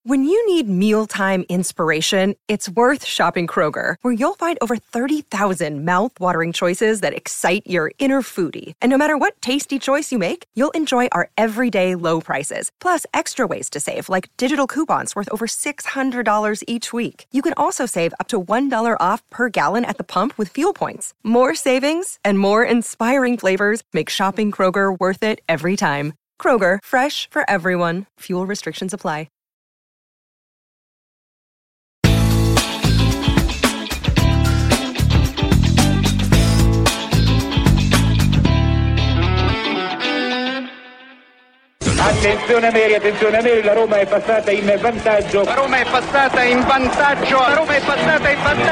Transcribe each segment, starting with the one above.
When you need mealtime inspiration, it's worth shopping Kroger, where you'll find over 30,000 mouth-watering choices that excite your inner foodie. And no matter what tasty choice you make, you'll enjoy our everyday low prices, plus extra ways to save, like digital coupons worth over $600 each week. You can also save up to $1 off per gallon at the pump with fuel points. More savings and more inspiring flavors make shopping Kroger worth it every time. Kroger, fresh for everyone. Fuel restrictions apply. Attenzione Ameri, la Roma è passata in vantaggio. La Roma è passata in vantaggio. In vantaggio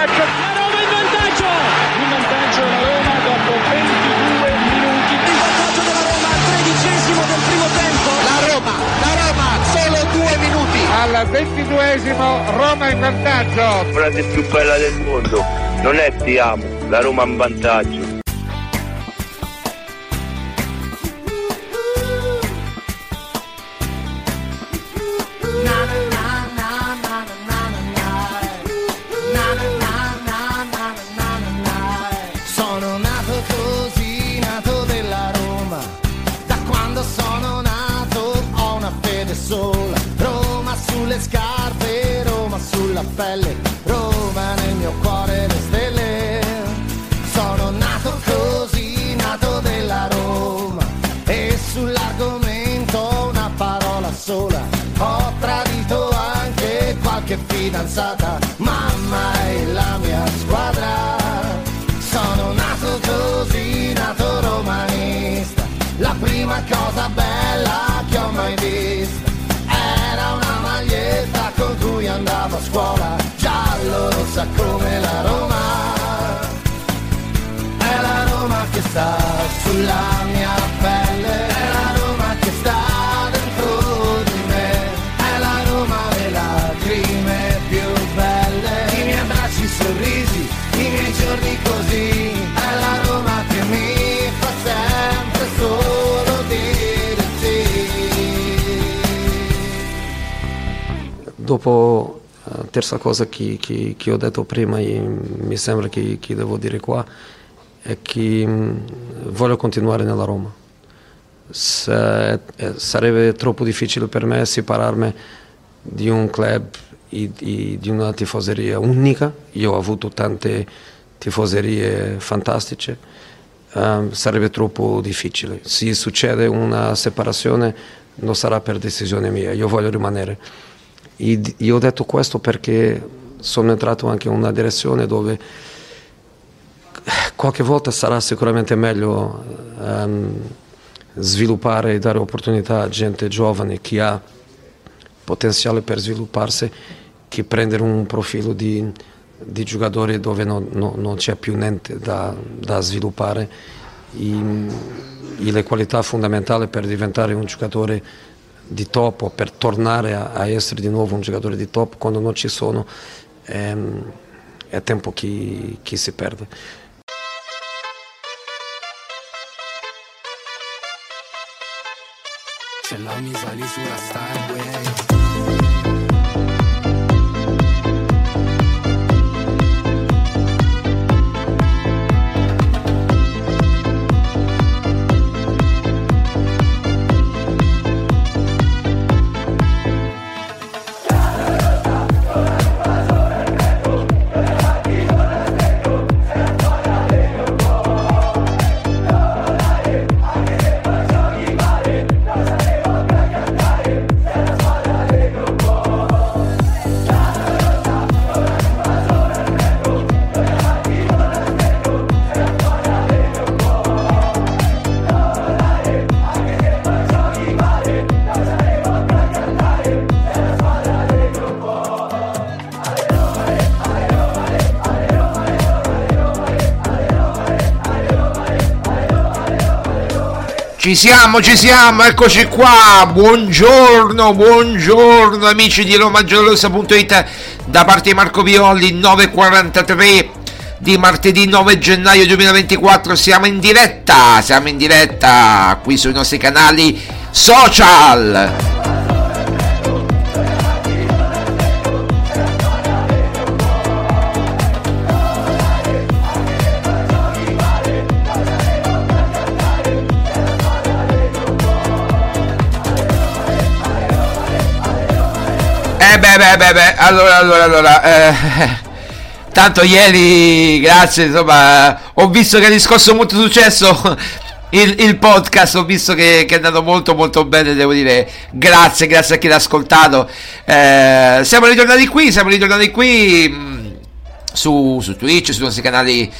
la Roma dopo 22 minuti. Il vantaggio della Roma al 13° del primo tempo. La Roma, solo 2 minuti. Al 22esimo Roma in vantaggio. La frase più bella del mondo non è ti amo, la Roma in vantaggio. Roma sulle scarpe, Roma sulla pelle, Roma nel mio cuore le stelle. Sono nato così, nato della Roma, e sull'argomento una parola sola. Ho tradito anche qualche fidanzata, mamma è la mia squadra. Sono nato così, nato romanista, la prima cosa bella che ho mai visto era una maglietta con cui andavo a scuola, giallo-rossa come la Roma. È la Roma che sta sulla mia pelle, è la Roma che sta dentro di me, è la Roma le lacrime più belle, i miei abbracci, sorrisi, i miei giorni così, è la Roma che mi fa sempre solo dire sì. Dopo terza cosa che ho detto prima, mi sembra che devo dire qua, è che voglio continuare nella Roma. Sarebbe troppo difficile per me separarmi di un club e di una tifoseria unica. Io ho avuto tante tifoserie fantastiche, sarebbe troppo difficile. Se succede una separazione non sarà per decisione mia, io voglio rimanere. Io ho detto questo perché sono entrato anche in una direzione dove qualche volta sarà sicuramente meglio sviluppare e dare opportunità a gente giovane che ha potenziale per svilupparsi, che prendere un profilo di giocatori dove non c'è più niente da sviluppare e le qualità fondamentali per diventare un giocatore di top o per tornare a essere di nuovo un giocatore di top, quando non ci sono è tempo che si perde. Se la mi sali sulla Starway. Ci siamo, eccoci qua. Buongiorno amici di RomaGiallorossa.it, da parte di Marco Violi. 9:43 di martedì 9 gennaio 2024. Siamo in diretta qui sui nostri canali social. Allora. Tanto ieri, grazie, insomma, ho visto che ha riscosso molto successo il podcast, ho visto che è andato molto molto bene, devo dire, grazie a chi l'ha ascoltato. Siamo ritornati qui su Twitch, sui nostri canali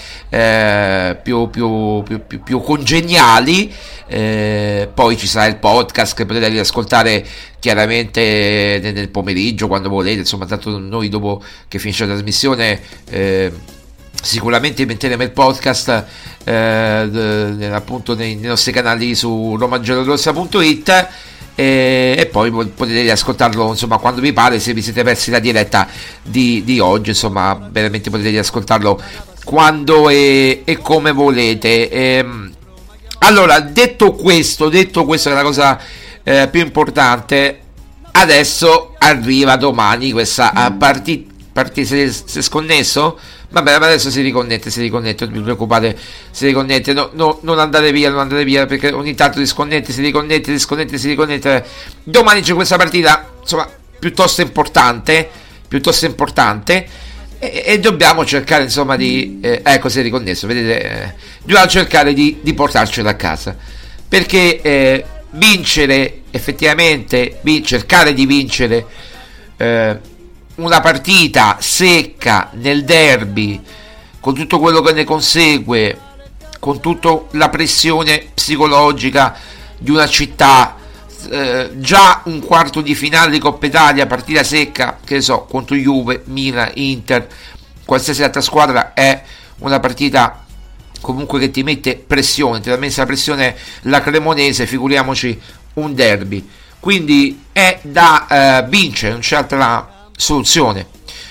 più congeniali. Poi ci sarà il podcast che potete riascoltare chiaramente nel pomeriggio, quando volete, insomma, tanto noi dopo che finisce la trasmissione sicuramente metteremo il podcast appunto nei nostri canali su romagiallorossa.it e poi potete riascoltarlo, insomma, quando vi pare. Se vi siete persi la diretta di oggi, insomma, veramente potete riascoltarlo quando e come volete. Allora, detto questo che è la cosa più importante, adesso arriva domani questa partita. Si è sconnesso? Vabbè, ma adesso si riconnette, non vi preoccupate, si riconnette, non andate via, perché ogni tanto si riconnette. Domani c'è questa partita, insomma, piuttosto importante, e dobbiamo cercare, insomma, di ecco, si è riconnesso, vedete, dobbiamo cercare di portarcela a casa, perché vincere, effettivamente cercare di vincere una partita secca nel derby, con tutto quello che ne consegue, con tutta la pressione psicologica di una città, già un quarto di finale di Coppa Italia, partita secca, che ne so, contro Juve, Milan, Inter, qualsiasi altra squadra, è una partita comunque che ti mette pressione, ti ha messo la pressione la Cremonese, figuriamoci un derby. Quindi è da vincere, non c'è altra soluzione,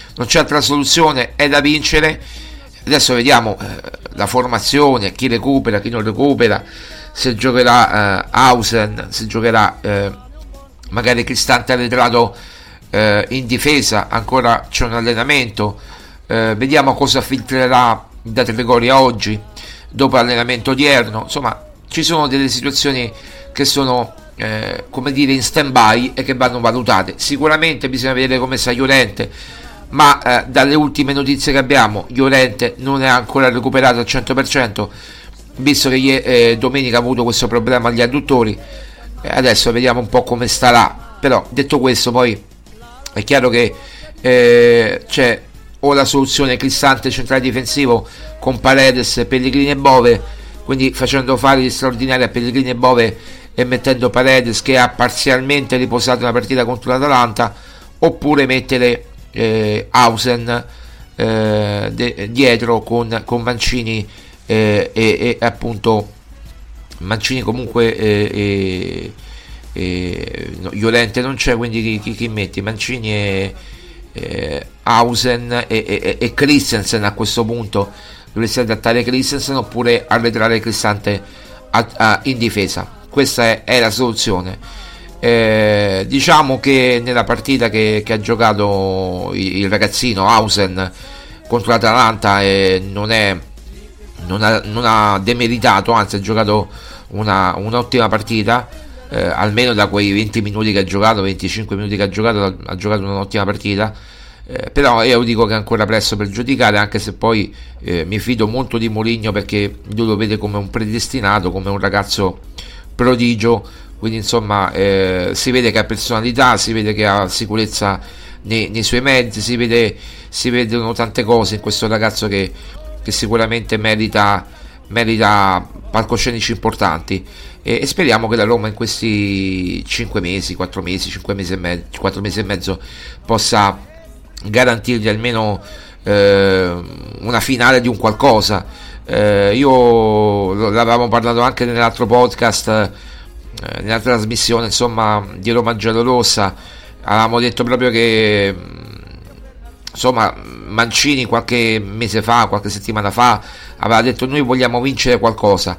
è da vincere. Adesso vediamo la formazione, chi recupera, chi non recupera, se giocherà Hausen, se giocherà magari Cristante arretrato in difesa, ancora c'è un allenamento, vediamo cosa filtrerà da Trigoria oggi dopo l'allenamento odierno. Insomma, ci sono delle situazioni che sono come dire in stand by e che vanno valutate. Sicuramente bisogna vedere come sta Llorente, ma dalle ultime notizie che abbiamo, Llorente non è ancora recuperato al 100%, visto che domenica ha avuto questo problema agli adduttori. Adesso vediamo un po' come starà. Però detto questo, poi è chiaro che c'è o la soluzione Cristante centrale difensivo con Paredes, Pellegrini e Bove, quindi facendo fare gli straordinari a Pellegrini e Bove e mettendo Paredes, che ha parzialmente riposato una partita contro l'Atalanta, oppure mettere Hausen dietro con Mancini e appunto Mancini comunque no, Llorente non c'è, quindi chi metti? Mancini e Hausen e Christensen. A questo punto dovresti adattare Christensen oppure arretrare Cristante in difesa. Questa è la soluzione. Diciamo che nella partita che ha giocato il ragazzino Hausen contro l'Atalanta non ha demeritato, anzi ha giocato un'ottima partita, almeno da quei 20 minuti che ha giocato, 25 minuti che ha giocato un'ottima partita. Però io dico che è ancora presto per giudicare, anche se poi mi fido molto di Mourinho, perché lui lo vede come un predestinato, come un ragazzo prodigio. Quindi insomma si vede che ha personalità, si vede che ha sicurezza nei suoi mezzi, si vedono tante cose in questo ragazzo che sicuramente merita palcoscenici importanti, e speriamo che la Roma in questi 4 mesi e mezzo possa garantirgli almeno una finale di un qualcosa. L'avevamo parlato anche nell'altro podcast, nella trasmissione, insomma, di Roma Giallorossa. Avevamo detto proprio che insomma Mancini qualche settimana fa aveva detto: noi vogliamo vincere qualcosa,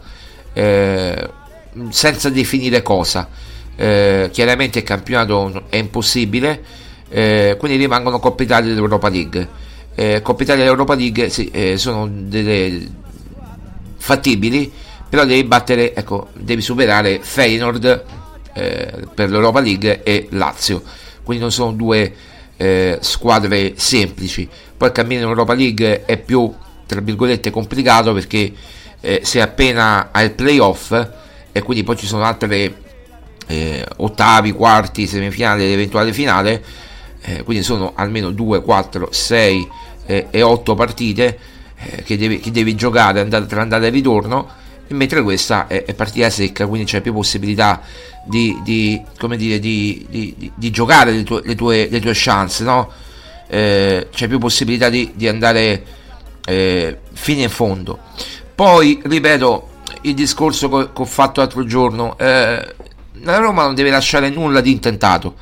senza definire cosa. Chiaramente il campionato è impossibile, quindi rimangono Coppa Italia e l'Europa League. Coppa Italia e l'Europa League sono delle fattibili, però devi superare Feyenoord per l'Europa League e Lazio, quindi non sono due squadre semplici. Poi il cammino in Europa League è più, tra virgolette, complicato, perché sei appena al playoff e quindi poi ci sono altre ottavi, quarti, semifinale ed eventuale finale, quindi sono almeno 2, 4, 6 e 8 partite che devi giocare tra andata e ritorno, mentre questa è partita secca, quindi c'è più possibilità di giocare le tue chance, no? C'è più possibilità di andare fino in fondo. Poi ripeto il discorso che ho fatto l'altro giorno, la Roma non deve lasciare nulla di intentato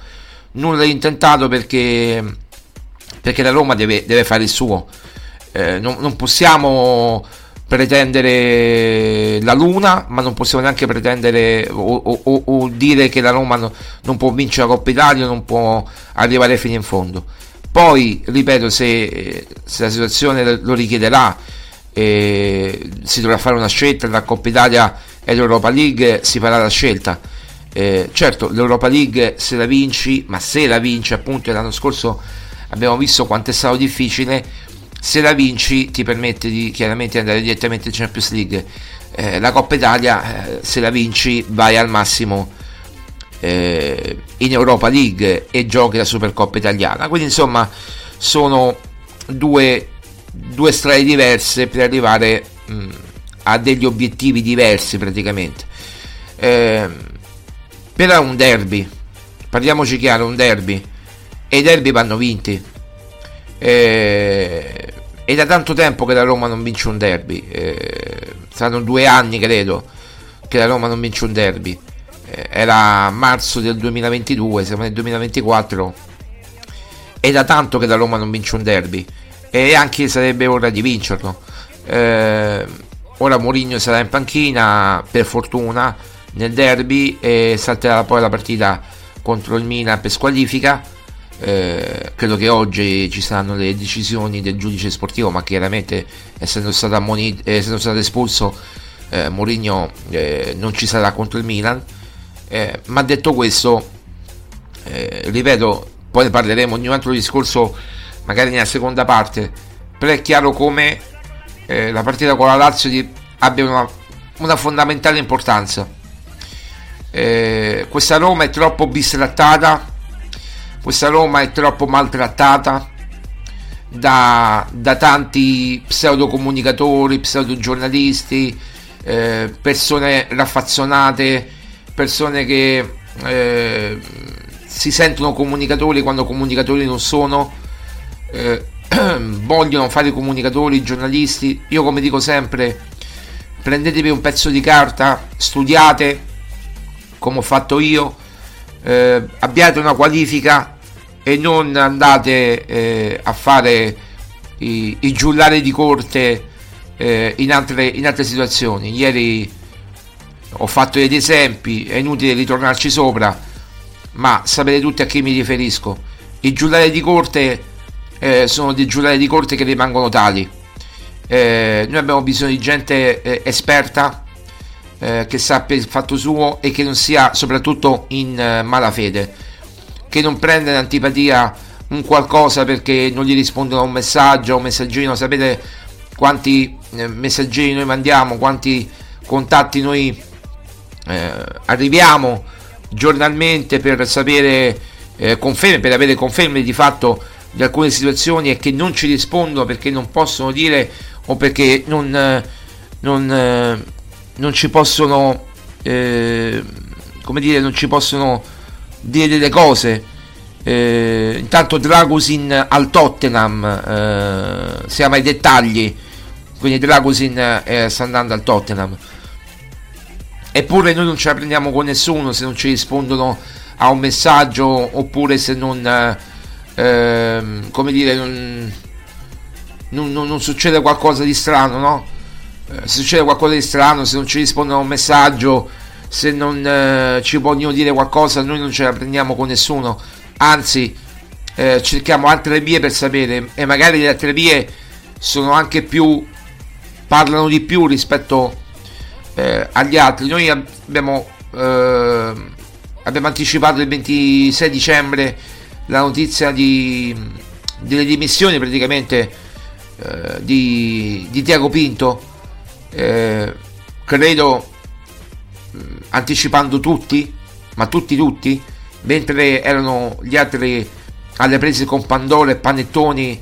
perché la Roma deve fare il suo. Non possiamo pretendere la luna, ma non possiamo neanche pretendere o dire che la Roma non può vincere la Coppa Italia, non può arrivare fino in fondo. Poi ripeto, se la situazione lo richiederà, si dovrà fare una scelta tra Coppa Italia e l'Europa League, si farà la scelta. Certo, l'Europa League se la vinci appunto, l'anno scorso abbiamo visto quanto è stato difficile. Se la vinci ti permette di chiaramente andare direttamente in Champions League. La Coppa Italia, se la vinci vai al massimo in Europa League e giochi la Supercoppa italiana. Quindi insomma sono due strade diverse per arrivare a degli obiettivi diversi praticamente. Però è un derby, parliamoci chiaro, un derby, e i derby vanno vinti. È da tanto tempo che la Roma non vince un derby, saranno 2 anni credo che la Roma non vince un derby. Era marzo del 2022, siamo nel 2024, è da tanto che la Roma non vince un derby, e anche sarebbe ora di vincerlo. Ora Mourinho sarà in panchina per fortuna nel derby e salterà poi la partita contro il Milan per squalifica. Credo che oggi ci saranno le decisioni del giudice sportivo, ma chiaramente essendo stato espulso Mourinho non ci sarà contro il Milan. Ma detto questo, ripeto, poi ne parleremo di un altro discorso magari nella seconda parte, però è chiaro come la partita con la Lazio abbia una fondamentale importanza. Questa Roma è troppo bistrattata, questa Roma è troppo maltrattata da tanti pseudocomunicatori, pseudogiornalisti, persone raffazzonate, persone che si sentono comunicatori quando comunicatori non sono, vogliono fare i comunicatori, i giornalisti. Io, come dico sempre, prendetevi un pezzo di carta, studiate come ho fatto io, abbiate una qualifica e non andate a fare i giullari di corte in altre situazioni. Ieri ho fatto degli esempi, è inutile ritornarci sopra, ma sapete tutti a chi mi riferisco. I giullari di corte sono dei giullari di corte che rimangono tali. Noi abbiamo bisogno di gente esperta, che sappia il fatto suo e che non sia soprattutto in malafede, che non prenda in antipatia un qualcosa perché non gli rispondono a un messaggio, a un messaggino. Sapete quanti messaggini noi mandiamo, quanti contatti noi arriviamo giornalmente per sapere conferme, per avere conferme di fatto di alcune situazioni, e che non ci rispondono perché non possono dire o perché non ci possono non ci possono dire delle cose. Intanto Dragusin al Tottenham, siamo ai dettagli, quindi Dragusin sta andando al Tottenham, eppure noi non ce la prendiamo con nessuno se non ci rispondono a un messaggio, oppure se non non succede qualcosa di strano, no? Se succede qualcosa di strano, se non ci rispondono a un messaggio, se non ci vogliono dire qualcosa, noi non ce la prendiamo con nessuno, anzi cerchiamo altre vie per sapere, e magari le altre vie sono anche parlano di più rispetto agli altri. Noi abbiamo anticipato il 26 dicembre la notizia delle dimissioni praticamente di Tiago Pinto, credo anticipando tutti, ma tutti, mentre erano gli altri alle prese con Pandoro e panettoni,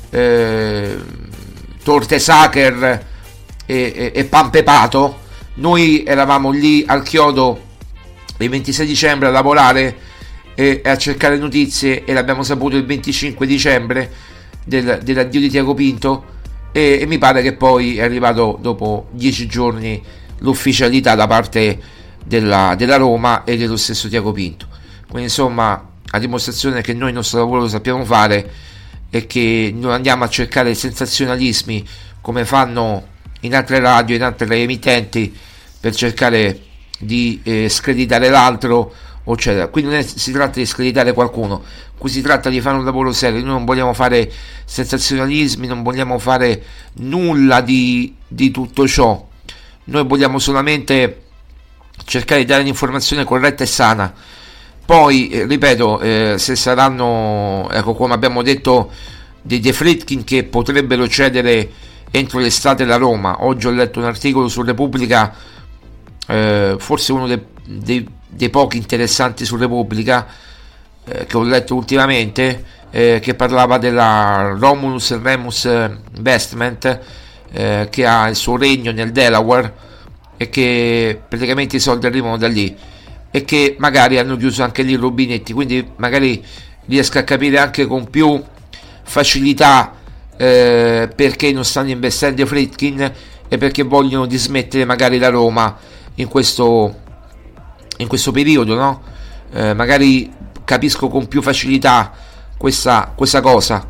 torte Sacher e pan pepato, noi eravamo lì al chiodo il 26 dicembre a lavorare e a cercare notizie, e l'abbiamo saputo il 25 dicembre dell'addio di Tiago Pinto, e mi pare che poi è arrivato dopo 10 giorni l'ufficialità da parte della Roma e dello stesso Tiago Pinto. Quindi insomma, a dimostrazione che noi il nostro lavoro lo sappiamo fare e che non andiamo a cercare sensazionalismi come fanno in altre radio, in altre emittenti, per cercare di screditare l'altro, eccetera. Qui non si tratta di screditare qualcuno, qui si tratta di fare un lavoro serio. Noi non vogliamo fare sensazionalismi, non vogliamo fare nulla di tutto ciò. Noi vogliamo solamente cercare di dare l'informazione corretta e sana. Poi ripeto, se saranno, ecco, come abbiamo detto dei De Friedkin che potrebbero cedere entro l'estate la Roma. Oggi ho letto un articolo su Repubblica, forse uno dei pochi interessanti su Repubblica che ho letto ultimamente, che parlava della Romulus Remus Investment, che ha il suo regno nel Delaware e che praticamente i soldi arrivano da lì, e che magari hanno chiuso anche lì i rubinetti. Quindi magari riesco a capire anche con più facilità perché non stanno investendo i Friedkin e perché vogliono dismettere magari la Roma in questo periodo, no? Magari capisco con più facilità questa cosa.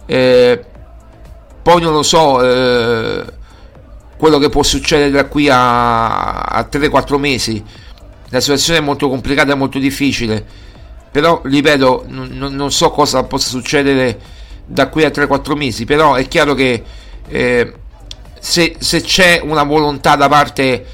Poi non lo so quello che può succedere da qui a 3-4 mesi. La situazione è molto complicata e molto difficile, però ripeto, non so cosa possa succedere da qui a 3-4 mesi. Però è chiaro che se c'è una volontà da parte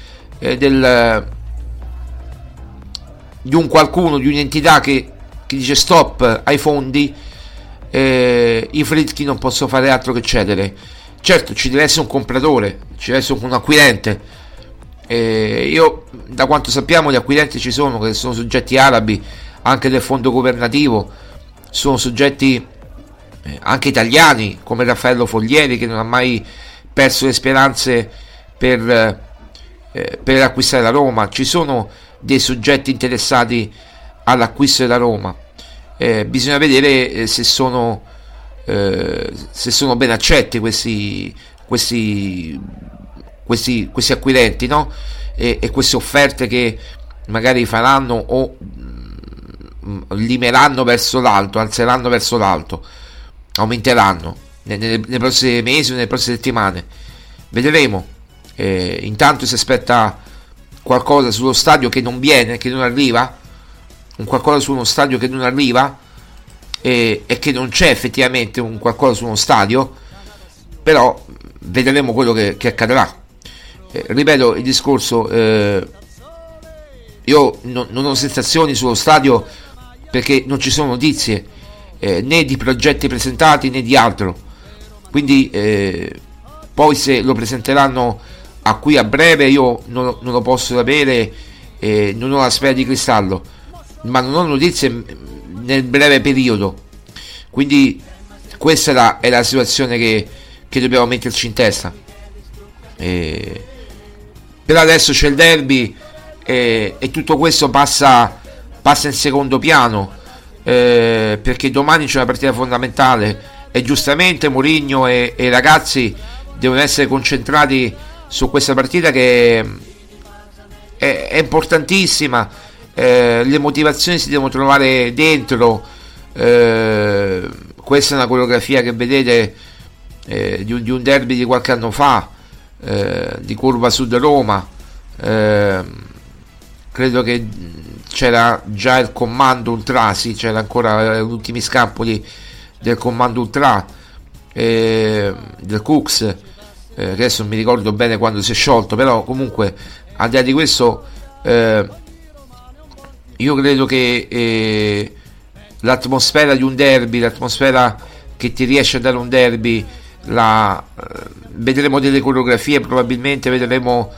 di un qualcuno, di un'entità che dice stop ai fondi, i Friedkin non possono fare altro che cedere. Certo, ci deve essere un compratore, ci deve essere un acquirente. Io, da quanto sappiamo, gli acquirenti ci sono, che sono soggetti arabi, anche del fondo governativo, sono soggetti anche italiani come Raffaello Foglieri, che non ha mai perso le speranze per acquistare la Roma. Ci sono dei soggetti interessati all'acquisto della Roma, bisogna vedere se sono ben accetti questi acquirenti, no? E queste offerte che magari faranno o limeranno verso l'alto, alzeranno verso l'alto, aumenteranno nei prossimi mesi o nelle prossime settimane. Vedremo. Intanto si aspetta qualcosa sullo stadio che non viene, che non arriva, un qualcosa su uno stadio che non arriva, e che non c'è effettivamente un qualcosa su uno stadio. Però vedremo quello che accadrà. Ripeto il discorso, io non ho sensazioni sullo stadio perché non ci sono notizie né di progetti presentati né di altro. Quindi poi se lo presenteranno a qui a breve io non lo posso sapere, non ho la sfera di cristallo, ma non ho notizie nel breve periodo. Quindi questa è la situazione che dobbiamo metterci in testa. Per adesso c'è il derby e tutto questo passa in secondo piano, perché domani c'è una partita fondamentale e giustamente Mourinho e i ragazzi devono essere concentrati su questa partita, che è importantissima. Le motivazioni si devono trovare dentro. Questa è una coreografia che vedete di un derby di qualche anno fa, di Curva Sud Roma. Credo che c'era già il comando ultra, sì, c'era ancora gli ultimi scampoli del comando ultra, del Cooks, che adesso non mi ricordo bene quando si è sciolto, però comunque al di là di questo io credo che l'atmosfera di un derby, l'atmosfera che ti riesce a dare un derby, vedremo delle coreografie, probabilmente vedremo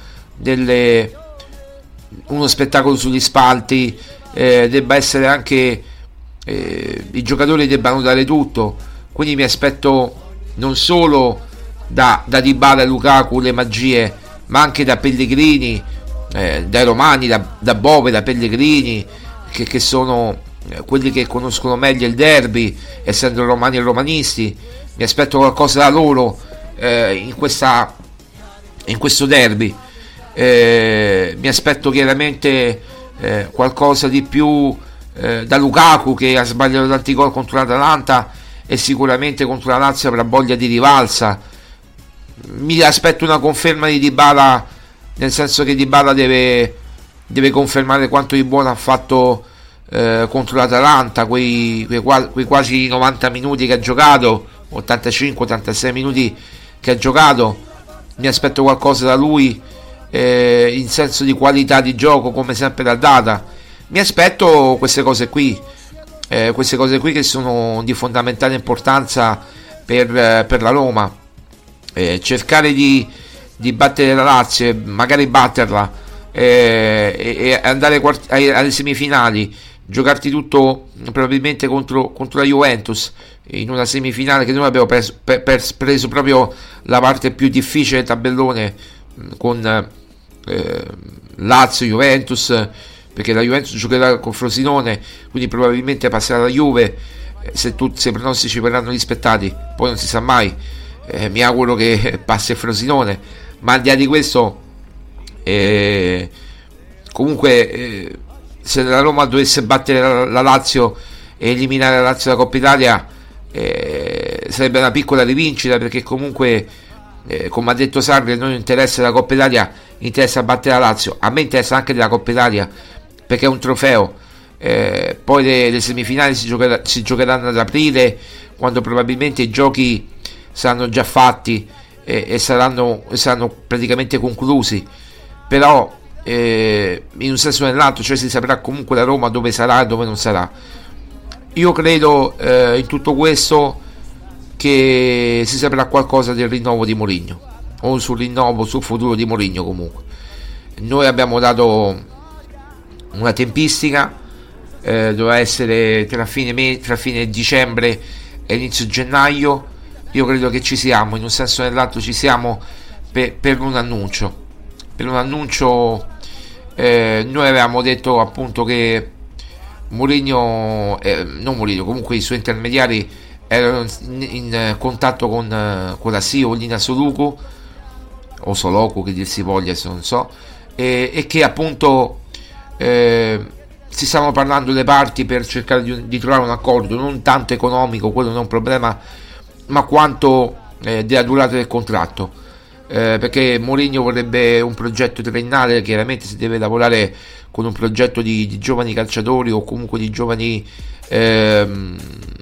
uno spettacolo sugli spalti, debba essere anche i giocatori debbano dare tutto, quindi mi aspetto non solo da Dybala e Lukaku le magie, ma anche da Pellegrini, dai romani, da Bove, da Pellegrini, che sono quelli che conoscono meglio il derby, essendo romani e romanisti. Mi aspetto qualcosa da loro in questo derby. Mi aspetto chiaramente qualcosa di più da Lukaku, che ha sbagliato tanti gol contro l'Atalanta e sicuramente contro la Lazio avrà voglia di rivalsa. Mi aspetto una conferma di Dybala, nel senso che Dybala deve confermare quanto di buono ha fatto contro l'Atalanta, quei quasi 90 minuti che ha giocato, 85-86 minuti che ha giocato. Mi aspetto qualcosa da lui in senso di qualità di gioco, come sempre l'ha data. Mi aspetto queste cose qui che sono di fondamentale importanza per la Roma. Cercare di battere la Lazio, magari batterla e andare alle semifinali, giocarti tutto probabilmente contro la Juventus in una semifinale che noi abbiamo preso proprio la parte più difficile del tabellone, con Lazio, Juventus, perché la Juventus giocherà con Frosinone, quindi probabilmente passerà la Juve, se i pronostici verranno rispettati, poi non si sa mai. Mi auguro che passi il Frosinone, ma al di là di questo comunque se la Roma dovesse battere la Lazio e eliminare la Lazio da Coppa Italia, sarebbe una piccola rivincita, perché comunque come ha detto Sarri, a noi non interessa la Coppa Italia, interessa battere la Lazio. A me interessa anche della Coppa Italia, perché è un trofeo. Poi le semifinali si giocheranno ad aprile, quando probabilmente i giochi saranno già fatti e saranno praticamente conclusi, però in un senso o nell'altro, cioè si saprà comunque la Roma dove sarà e dove non sarà. Io credo in tutto questo che si saprà qualcosa del rinnovo di Mourinho, o sul futuro di Mourinho. Comunque noi abbiamo dato una tempistica, doveva essere tra fine dicembre e inizio gennaio. Io credo che ci siamo, in un senso o nell'altro ci siamo per un annuncio. Noi avevamo detto appunto che comunque i suoi intermediari erano in contatto con la CEO Lina Soluku, o Soloku che dir si voglia, se non so, e che appunto si stavano parlando le parti per cercare di trovare un accordo, non tanto economico, quello non è un problema, ma quanto della durata del contratto, perché Mourinho vorrebbe un progetto triennale. Chiaramente si deve lavorare con un progetto di giovani calciatori, o comunque di giovani un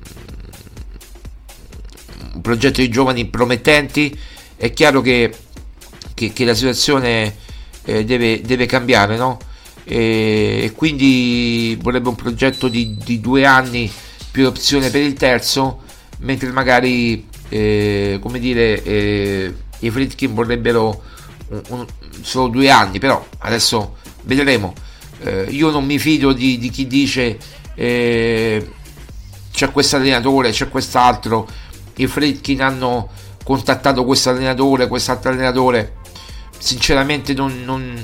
progetto di giovani promettenti. È chiaro che la situazione deve cambiare, no? E quindi vorrebbe un progetto di 2 anni più l'opzione per il terzo, mentre magari i Friedkin vorrebbero solo 2 anni. Però adesso vedremo. Io non mi fido di chi dice c'è questo allenatore, c'è quest'altro. I Friedkin hanno contattato questo allenatore, quest'altro allenatore. Sinceramente non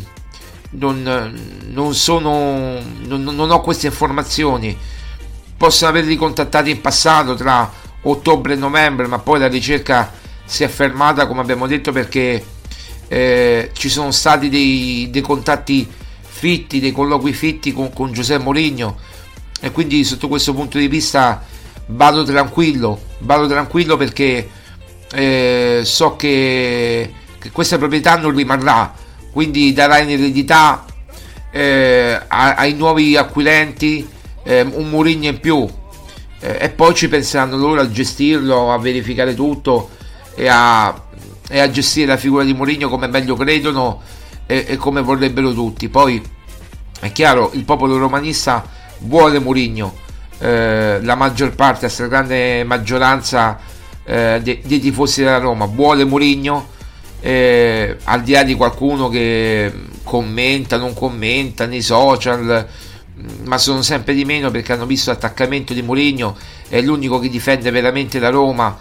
ho queste informazioni. Possono averli contattati in passato tra ottobre e novembre, ma poi la ricerca si è fermata, come abbiamo detto, perché ci sono stati dei contatti fitti, dei colloqui fitti con Giuseppe Mourinho, e quindi sotto questo punto di vista vado tranquillo perché so che questa proprietà non rimarrà, quindi darà in eredità ai nuovi acquirenti un Mourinho in più, e poi ci penseranno loro a gestirlo, a verificare tutto e a gestire la figura di Mourinho come meglio credono e come vorrebbero tutti. Poi è chiaro, il popolo romanista vuole Mourinho, la maggior parte, la stragrande maggioranza dei tifosi della Roma vuole Mourinho, al di là di qualcuno che commenta, non commenta nei social, ma sono sempre di meno, perché hanno visto l'attaccamento di Mourinho, è l'unico che difende veramente la Roma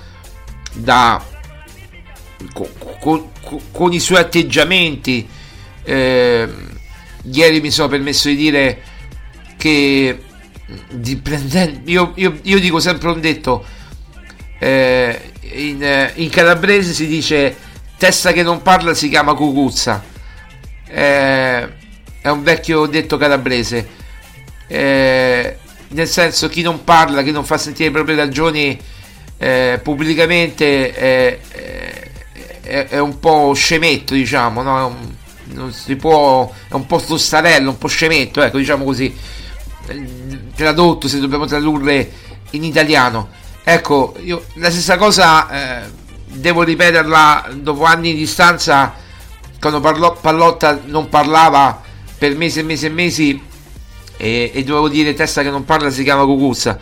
con i suoi atteggiamenti. Ieri mi sono permesso di dire che io dico sempre un detto, in calabrese si dice testa che non parla si chiama cucuzza, è un vecchio detto calabrese, nel senso, chi non parla, chi non fa sentire le proprie ragioni pubblicamente è un po' scemetto, diciamo, no? Non si può, è un po' tostarello, un po' scemetto, ecco, diciamo così, tradotto, se dobbiamo tradurre in italiano. Ecco, io la stessa cosa devo ripeterla dopo anni di distanza, quando Pallotta non parlava per mesi e mesi e mesi, e dovevo dire testa che non parla si chiama cucuzza.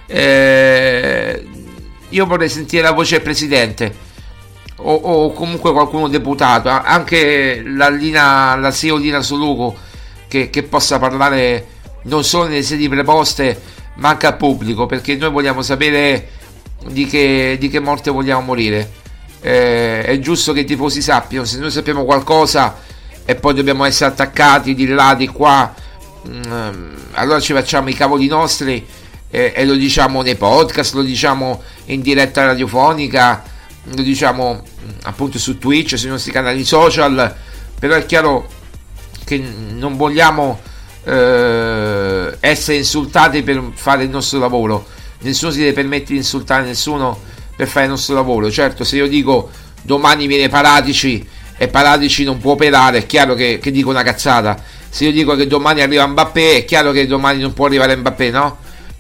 Io vorrei sentire la voce del presidente o comunque qualcuno deputato, anche la CEO Lina Soluco, che possa parlare non solo nelle sedi preposte ma anche al pubblico, perché noi vogliamo sapere di che morte vogliamo morire. È giusto che i tifosi sappiano. Se noi sappiamo qualcosa e poi dobbiamo essere attaccati di là di qua, allora ci facciamo i cavoli nostri e lo diciamo nei podcast, lo diciamo in diretta radiofonica, lo diciamo appunto su Twitch, sui nostri canali social. Però è chiaro che non vogliamo essere insultati per fare il nostro lavoro. Nessuno si deve permettere di insultare nessuno per fare il nostro lavoro. Certo, se io dico domani viene Paratici e Paratici non può operare, è chiaro che dico una cazzata. Se io dico che domani arriva Mbappé, è chiaro che domani non può arrivare Mbappé, no?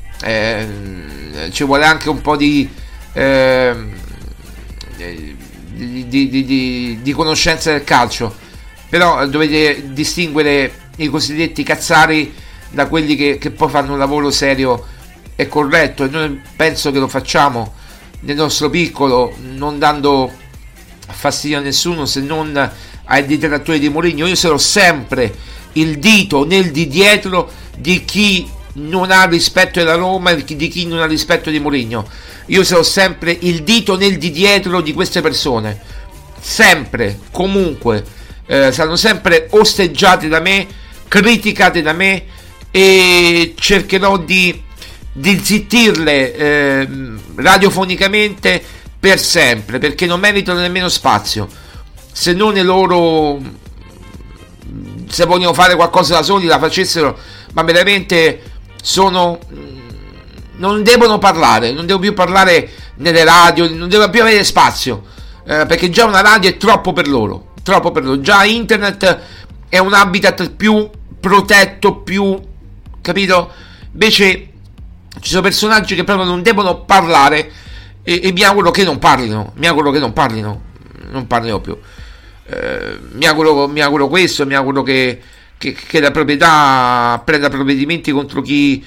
Ci vuole anche un po' di conoscenza del calcio. Però dovete distinguere i cosiddetti cazzari da quelli che poi fanno un lavoro serio e corretto, e noi penso che lo facciamo nel nostro piccolo, non dando fastidio a nessuno, se non ai detrattori di Mourinho. Io sarò sempre il dito nel di dietro di chi non ha rispetto della Roma e di chi non ha rispetto di Mourinho. Io sarò sempre il dito nel di dietro di queste persone, sempre, comunque, saranno sempre osteggiati da me, criticate da me, e cercherò di zittirle radiofonicamente per sempre, perché non meritano nemmeno spazio, se non le loro, se vogliono fare qualcosa da soli la facessero, ma veramente non devono parlare, non devo più parlare nelle radio, non devo più avere spazio, perché già una radio è troppo per loro, già internet è un habitat più protetto, più, capito? Invece ci sono personaggi che proprio non devono parlare, e mi auguro che non parlino, non parlino più. Mi auguro questo, mi auguro che la proprietà prenda provvedimenti contro chi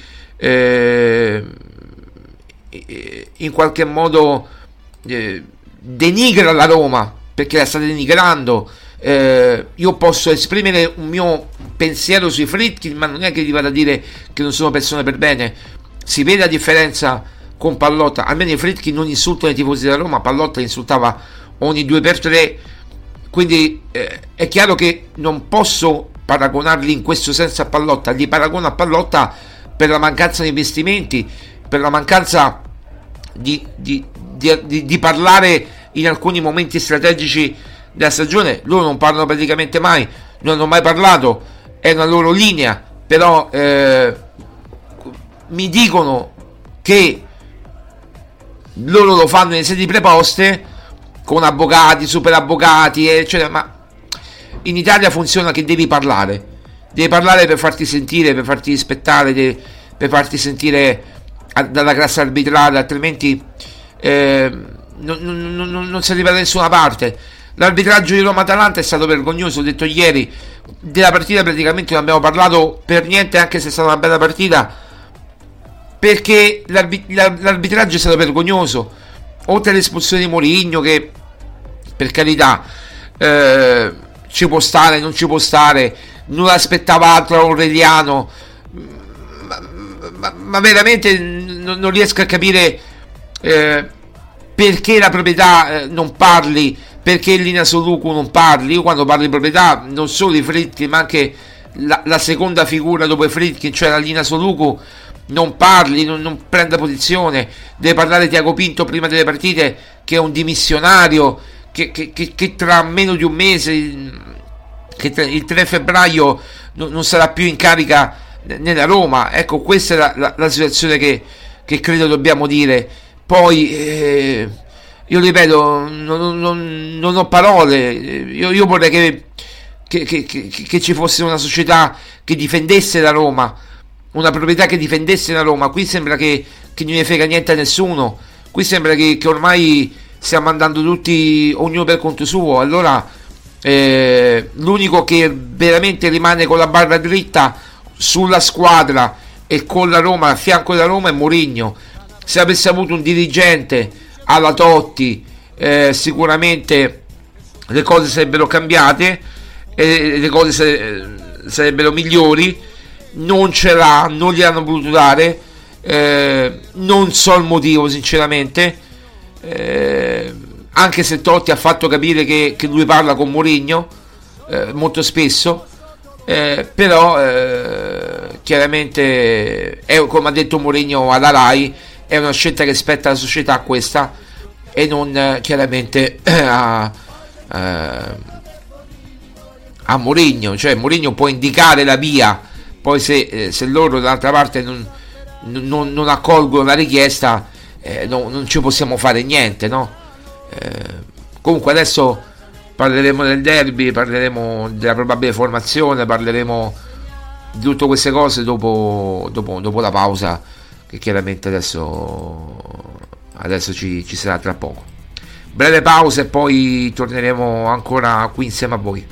in qualche modo denigra la Roma, perché la sta denigrando. Io posso esprimere un mio pensiero sui Friedkin, ma non è che gli vado a dire che non sono persone per bene. Si vede la differenza con Pallotta. Almeno i Friedkin non insultano i tifosi della Roma, Pallotta insultava ogni 2x3, quindi è chiaro che non posso paragonarli in questo senso a Pallotta. Li paragono a Pallotta per la mancanza di investimenti, per la mancanza di parlare in alcuni momenti strategici della stagione. Loro non parlano praticamente mai, non hanno mai parlato, è una loro linea. Però mi dicono che loro lo fanno nelle sedi preposte con avvocati, super avvocati, eccetera. Ma in Italia funziona che devi parlare per farti sentire, per farti rispettare, per farti sentire dalla classe arbitrale, altrimenti non si arriva da nessuna parte. L'arbitraggio di Roma-Atalanta è stato vergognoso, ho detto ieri. Della partita praticamente non abbiamo parlato per niente, anche se è stata una bella partita. perché l'arbitraggio è stato vergognoso, oltre all'espulsione di Mourinho, che per carità ci può stare, non ci può stare, non aspettava altro Aureliano, ma veramente non riesco a capire perché la proprietà non parli, perché Lina Soluku non parli. Io quando parlo di proprietà, non solo di Friedkin, ma anche la seconda figura dopo Friedkin, cioè la Lina Soluku, non parli, non prenda posizione. Deve parlare Tiago Pinto prima delle partite, che è un dimissionario, che tra meno di un mese, il 3 febbraio non sarà più in carica nella Roma. Ecco, questa è la situazione che credo dobbiamo dire. Poi io ripeto, non ho parole. Io vorrei che ci fosse una società che difendesse la Roma, una proprietà che difendesse la Roma. Qui sembra che non ne frega niente a nessuno. Qui sembra che ormai stiamo andando tutti ognuno per conto suo. Allora l'unico che veramente rimane con la barra dritta sulla squadra e con la Roma, a fianco della Roma, è Mourinho. Se avesse avuto un dirigente alla Totti, sicuramente le cose sarebbero cambiate e le cose sarebbero migliori. Non ce l'ha, non gliel'hanno voluto dare, non so il motivo sinceramente, anche se Totti ha fatto capire che lui parla con Mourinho molto spesso, però chiaramente come ha detto Mourinho alla Rai, è una scelta che spetta alla società questa, e non chiaramente a Mourinho. Cioè Mourinho può indicare la via, poi se loro dall'altra parte non accolgono la richiesta, non ci possiamo fare niente, no? Comunque adesso parleremo del derby, parleremo della probabile formazione, parleremo di tutte queste cose dopo la pausa, che chiaramente adesso ci sarà tra poco. Breve pausa e poi torneremo ancora qui insieme a voi.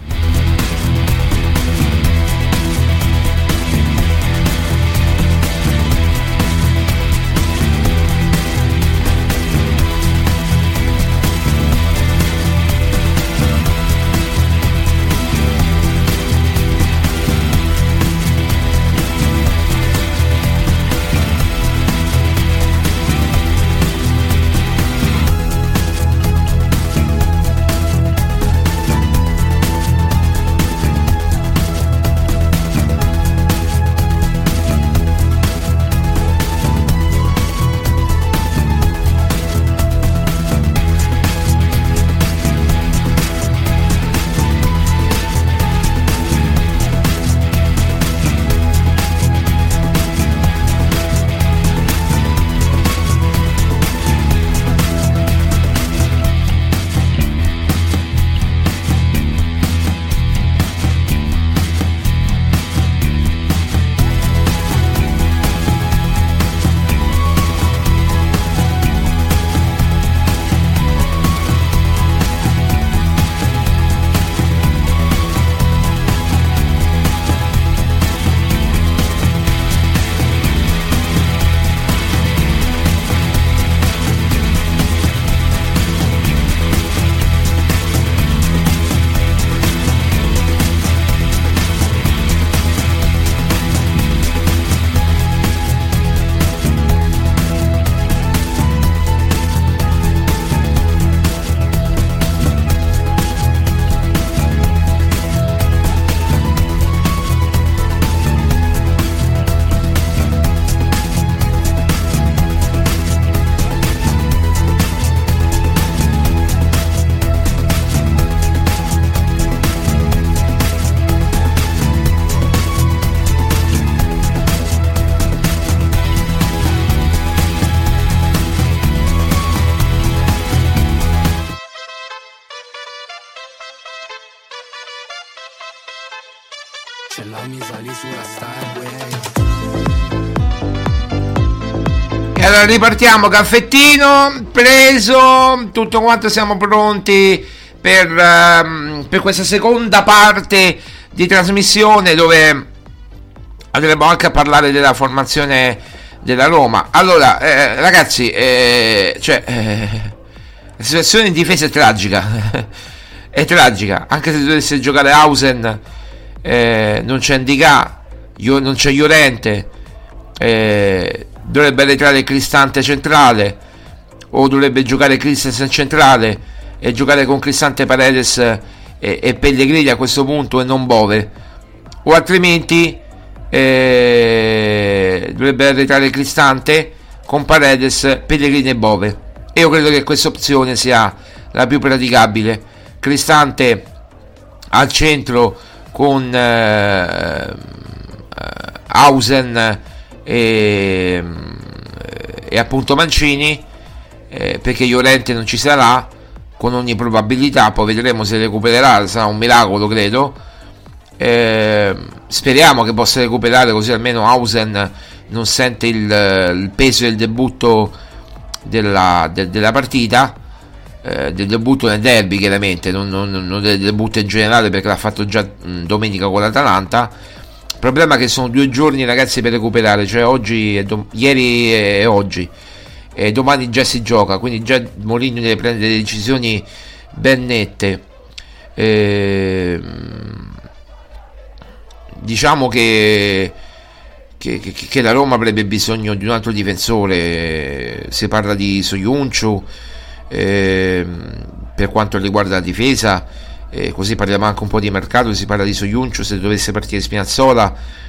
E allora ripartiamo, caffettino preso, tutto quanto, siamo pronti per questa seconda parte di trasmissione, dove andremo anche a parlare della formazione della Roma. Allora, ragazzi, la situazione in difesa è tragica. È tragica, anche se dovesse giocare Hausen, non c'è Ndicà, non c'è Llorente, dovrebbe arretrare Cristante centrale, o dovrebbe giocare Christensen centrale e giocare con Cristante, Paredes e Pellegrini a questo punto, e non Bove, o altrimenti dovrebbe arretrare Cristante con Paredes, Pellegrini e Bove. E io credo che questa opzione sia la più praticabile. Cristante al centro con Hausen e appunto Mancini, perché Llorente non ci sarà con ogni probabilità, poi vedremo se recupererà, sarà un miracolo credo, speriamo che possa recuperare, così almeno Hausen non sente il peso del debutto della partita, del debutto nel derby, chiaramente non del debutto in generale, perché l'ha fatto già domenica con l'Atalanta. Il problema è che sono 2 giorni, ragazzi, per recuperare, cioè ieri e oggi, e domani già si gioca, quindi già Mourinho deve prendere delle decisioni ben nette. Diciamo che la Roma avrebbe bisogno di un altro difensore. Si parla di Soyuncu per quanto riguarda la difesa, così parliamo anche un po' di mercato. Si parla di Soyuncu se dovesse partire Spinazzola,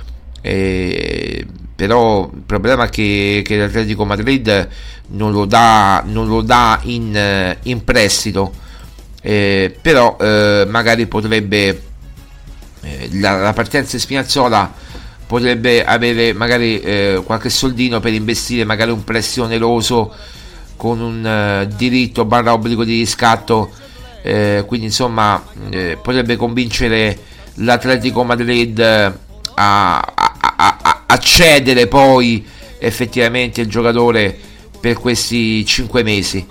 però il problema è che l'Atletico Madrid non lo dà in prestito, però magari potrebbe la partenza di Spinazzola potrebbe avere magari qualche soldino per investire, magari un prestito oneroso con un diritto / obbligo di riscatto, quindi insomma potrebbe convincere l'Atletico Madrid a cedere poi effettivamente il giocatore per questi 5 mesi.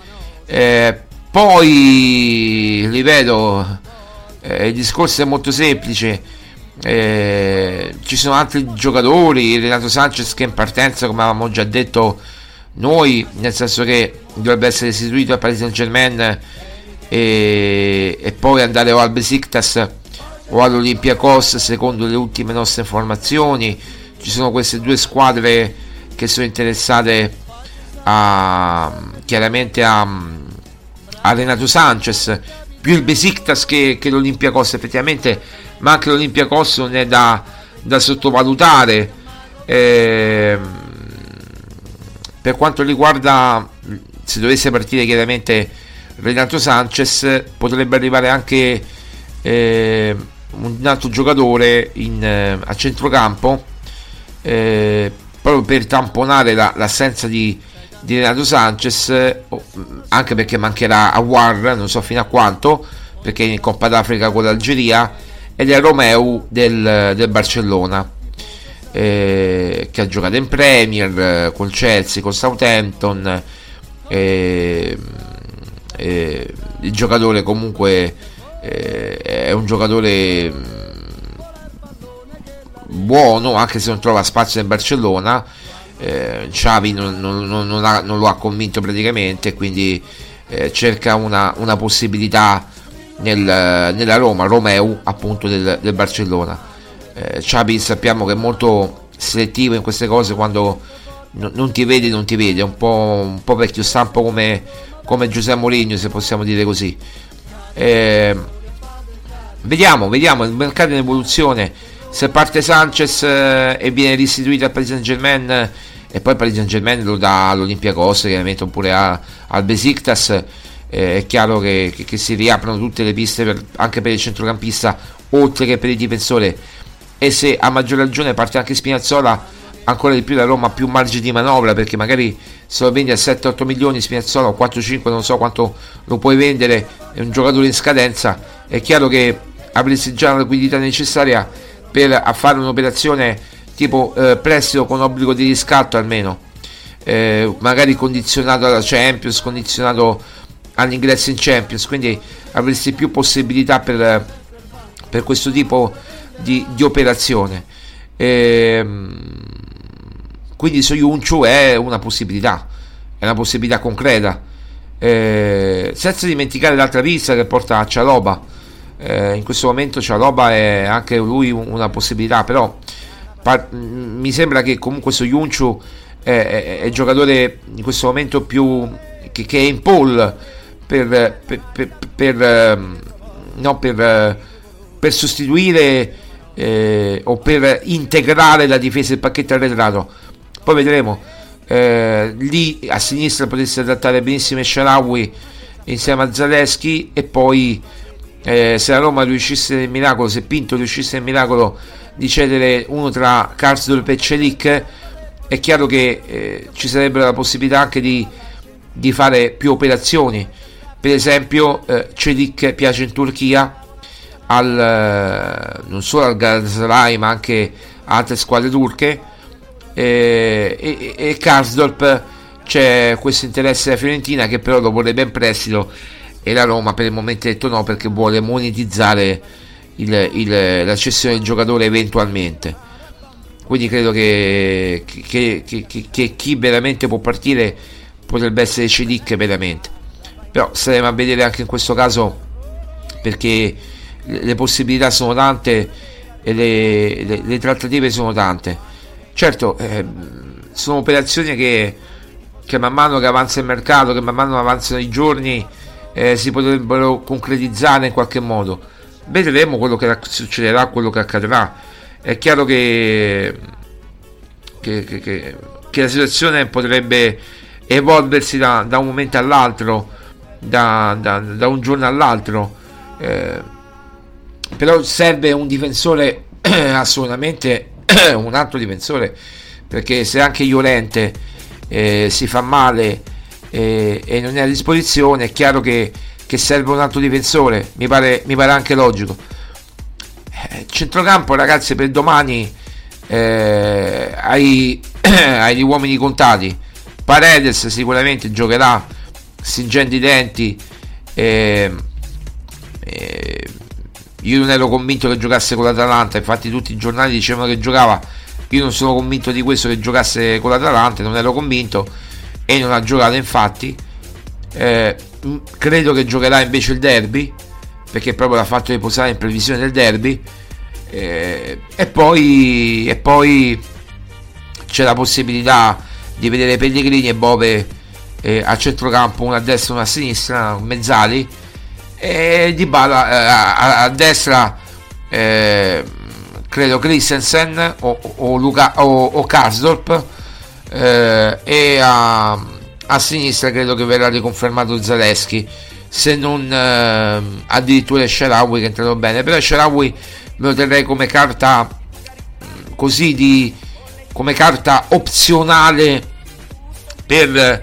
Poi ripeto, il discorso è molto semplice. Ci sono altri giocatori, Renato Sanchez, che in partenza, come avevamo già detto noi, nel senso che dovrebbe essere istituito al Paris Saint-Germain e poi andare o al Besiktas o all'Olympiakos, secondo le ultime nostre informazioni. Ci sono queste 2 squadre che sono interessate chiaramente a Renato Sanchez, più il Besiktas che l'Olympiakos effettivamente, ma anche l'Olympiakos non è da sottovalutare. Per quanto riguarda, se dovesse partire chiaramente Renato Sanchez, potrebbe arrivare anche un altro giocatore a centrocampo, proprio per tamponare l'assenza di Renato Sanchez, anche perché mancherà Aouar, non so fino a quanto, perché è in Coppa d'Africa con l'Algeria, ed è Romeu del Barcellona, che ha giocato in Premier col Chelsea, col Southampton. Il giocatore comunque è un giocatore buono, anche se non trova spazio nel Barcellona. Xavi non lo ha convinto praticamente, quindi cerca una possibilità nella Roma. Romeu appunto del Barcellona. Xavi sappiamo che è molto selettivo in queste cose, quando non ti vede, è un po' vecchio stampo come Giuseppe Mourinho, se possiamo dire così. Vediamo il mercato in evoluzione. Se parte Sanchez e viene restituito al Paris Saint-Germain, e poi Paris Saint-Germain lo dà all'Olympiakos chiaramente, oppure al Besiktas, è chiaro che si riaprono tutte le piste anche per il centrocampista, oltre che per il difensore. E se a maggior ragione parte anche Spinazzola, ancora di più la Roma ha più margine di manovra, perché magari se lo vendi a 7-8 milioni Spinazzola, o 4-5, non so quanto lo puoi vendere, è un giocatore in scadenza. È chiaro che avresti già la liquidità necessaria per fare un'operazione tipo prestito con obbligo di riscatto almeno, magari condizionato alla Champions, condizionato all'ingresso in Champions, quindi avresti più possibilità per questo tipo di operazione. quindi Soyuncu è una possibilità concreta, senza dimenticare l'altra pista che porta a Cialoba. In questo momento Cialoba è anche lui una possibilità, però mi sembra che comunque Soyuncu è il giocatore in questo momento più che è in pole per sostituire o per integrare la difesa del pacchetto arretrato. Poi vedremo, lì a sinistra potesse adattare benissimo Shaarawy insieme a Zalewski, e poi se la Roma riuscisse nel miracolo, se Pinto riuscisse nel miracolo di cedere uno tra Karsdorp e Celik, è chiaro che ci sarebbe la possibilità anche di fare più operazioni. Per esempio Celik piace in Turchia non solo al Galatasaray ma anche a altre squadre turche, e Karsdorp c'è questo interesse della Fiorentina, che però lo vorrebbe in prestito, e la Roma per il momento ha detto no, perché vuole monetizzare la cessione del giocatore eventualmente. Quindi credo che chi veramente può partire potrebbe essere Celik veramente, però staremo a vedere anche in questo caso, perché le possibilità sono tante e le trattative sono tante. Certo, sono operazioni che man mano che avanza il mercato, che man mano avanzano i giorni, si potrebbero concretizzare in qualche modo. Vedremo quello che succederà, quello che accadrà. È chiaro che la situazione potrebbe evolversi da un momento all'altro, da un giorno all'altro, però serve un difensore assolutamente, un altro difensore, perché se anche Llorente si fa male e non è a disposizione, è chiaro che serve un altro difensore. Mi pare anche logico. Centrocampo, ragazzi, per domani hai gli uomini contati. Paredes sicuramente giocherà stringendo i denti, io non ero convinto che giocasse con l'Atalanta, infatti tutti i giornali dicevano che giocava, io non sono convinto di questo, che giocasse con l'Atalanta, non ero convinto, e non ha giocato infatti. Credo che giocherà invece il derby, perché proprio l'ha fatto riposare in previsione del derby, e poi c'è la possibilità di vedere Pellegrini e Bove a centrocampo, uno a destra e uno a sinistra, Mezzali, e Dybala a destra, credo Christensen o Karsdorp, e a sinistra credo che verrà riconfermato Zalewski, se non addirittura Shaarawy, che è entrato bene. Però Shaarawy me lo terrei come carta come carta opzionale per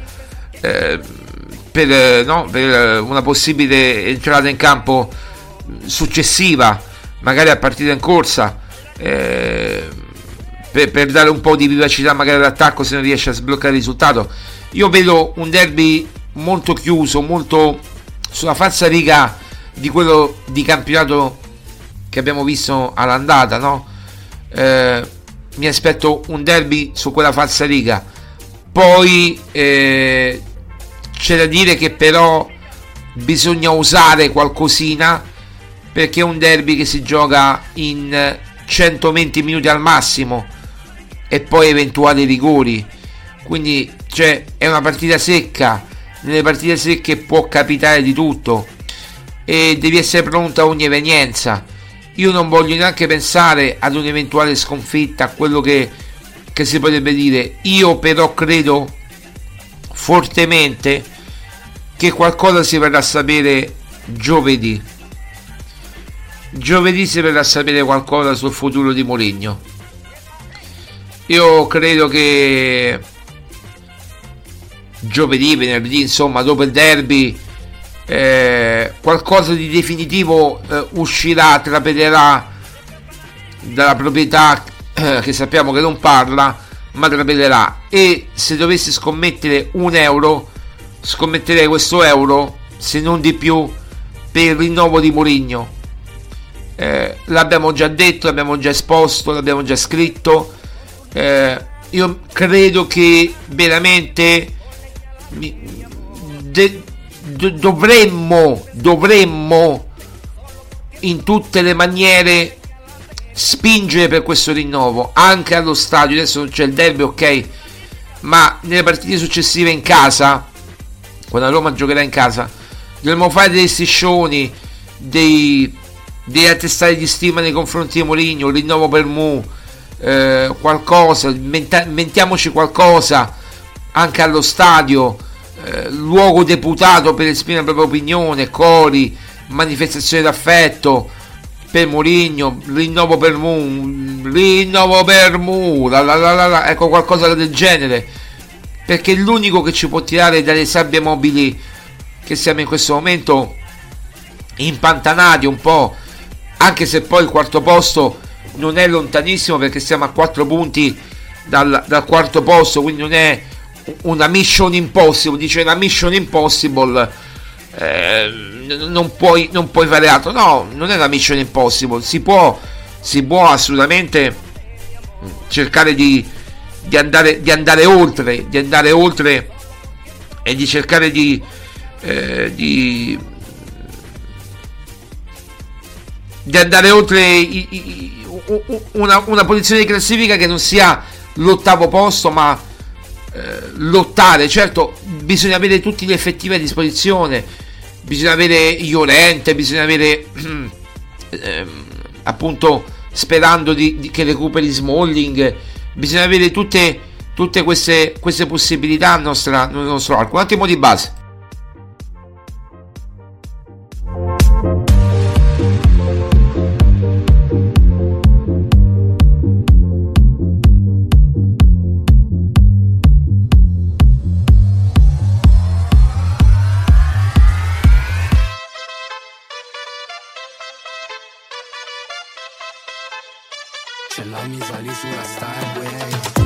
una possibile entrata in campo successiva, magari a partita in corsa, per dare un po' di vivacità magari all'attacco, se non riesce a sbloccare il risultato. Io vedo un derby molto chiuso, molto sulla falsariga di quello di campionato che abbiamo visto all'andata, no? Mi aspetto un derby su quella falsariga. Poi c'è da dire che però bisogna usare qualcosina, perché è un derby che si gioca in 120 minuti al massimo e poi eventuali rigori, quindi è una partita secca. Nelle partite secche può capitare di tutto e devi essere pronto a ogni evenienza. Io non voglio neanche pensare ad un'eventuale sconfitta, a quello che si potrebbe dire. Io però credo fortemente che qualcosa si verrà a sapere giovedì. Giovedì si verrà a sapere qualcosa sul futuro di Mourinho. Io credo che giovedì, venerdì, insomma, dopo il derby, qualcosa di definitivo uscirà, trapederà dalla proprietà, che sappiamo che non parla, ma trapederà. E se dovessi scommettere un euro, scommetterei questo euro, se non di più, per il rinnovo di Mourinho. L'abbiamo già detto, l'abbiamo già esposto, l'abbiamo già scritto. io credo che veramente dovremmo in tutte le maniere spingere per questo rinnovo anche allo stadio. Adesso non c'è il derby, ok, ma nelle partite successive in casa, quando la Roma giocherà in casa, dovremmo fare dei striscioni, dei attestati di stima nei confronti di Mourinho, il rinnovo per Mu, qualcosa, inventiamoci qualcosa anche allo stadio, luogo deputato per esprimere la propria opinione, cori, manifestazioni d'affetto per Mourinho, rinnovo per Mu, ecco, qualcosa del genere, perché è l'unico che ci può tirare dalle sabbie mobili che siamo in questo momento impantanati un po', anche se poi il quarto posto non è lontanissimo, perché siamo a 4 punti dal quarto posto, quindi non è una mission impossible. Dice una mission impossible, non puoi fare altro. No, non è una mission impossible, si può assolutamente cercare di andare oltre e di cercare di andare oltre una posizione di classifica che non sia l'8° posto, ma lottare. Certo, bisogna avere tutti gli effettivi a disposizione, bisogna avere Llorente, bisogna avere appunto, sperando che recuperi Smalling, bisogna avere tutte queste possibilità nel nostro arco. Un attimo di base. Ce l'ha mi sali sulla Starway.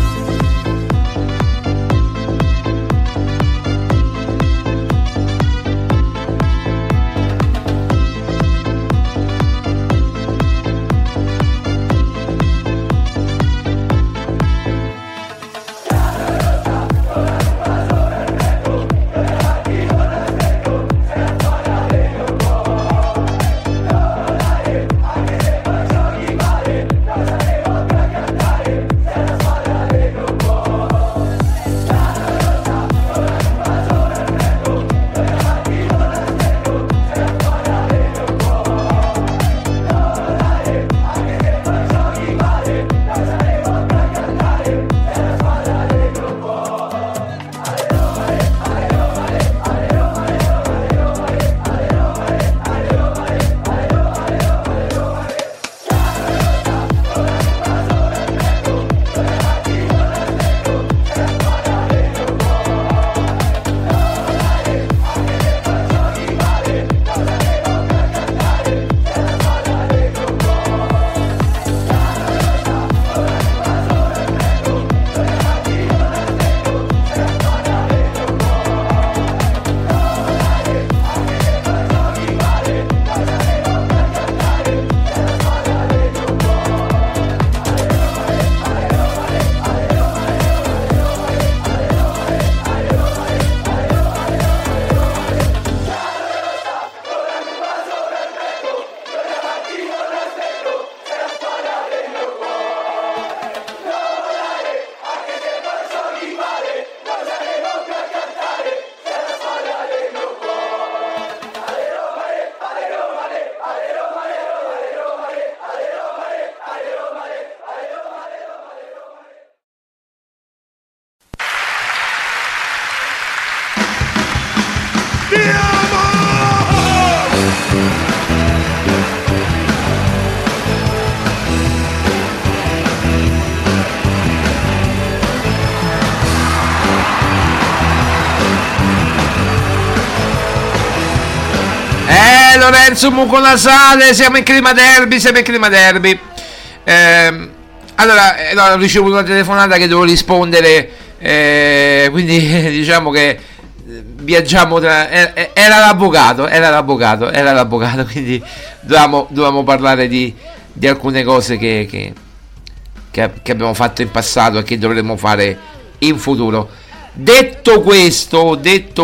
Lorenzo Mucolasale, siamo in clima derby. Allora, ho ricevuto una telefonata che devo rispondere, quindi diciamo che viaggiamo tra... Era l'avvocato, quindi dovevamo parlare di alcune cose che che abbiamo fatto in passato e che dovremmo fare in futuro. Detto questo,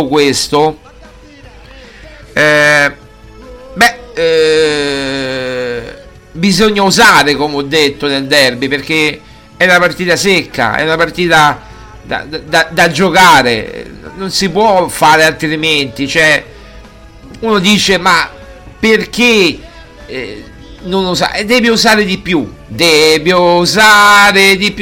bisogna osare, come ho detto, nel derby, perché è una partita secca, è una partita da giocare, non si può fare altrimenti. Cioè, uno dice: ma perché non usare? Devi usare di più, devi dare di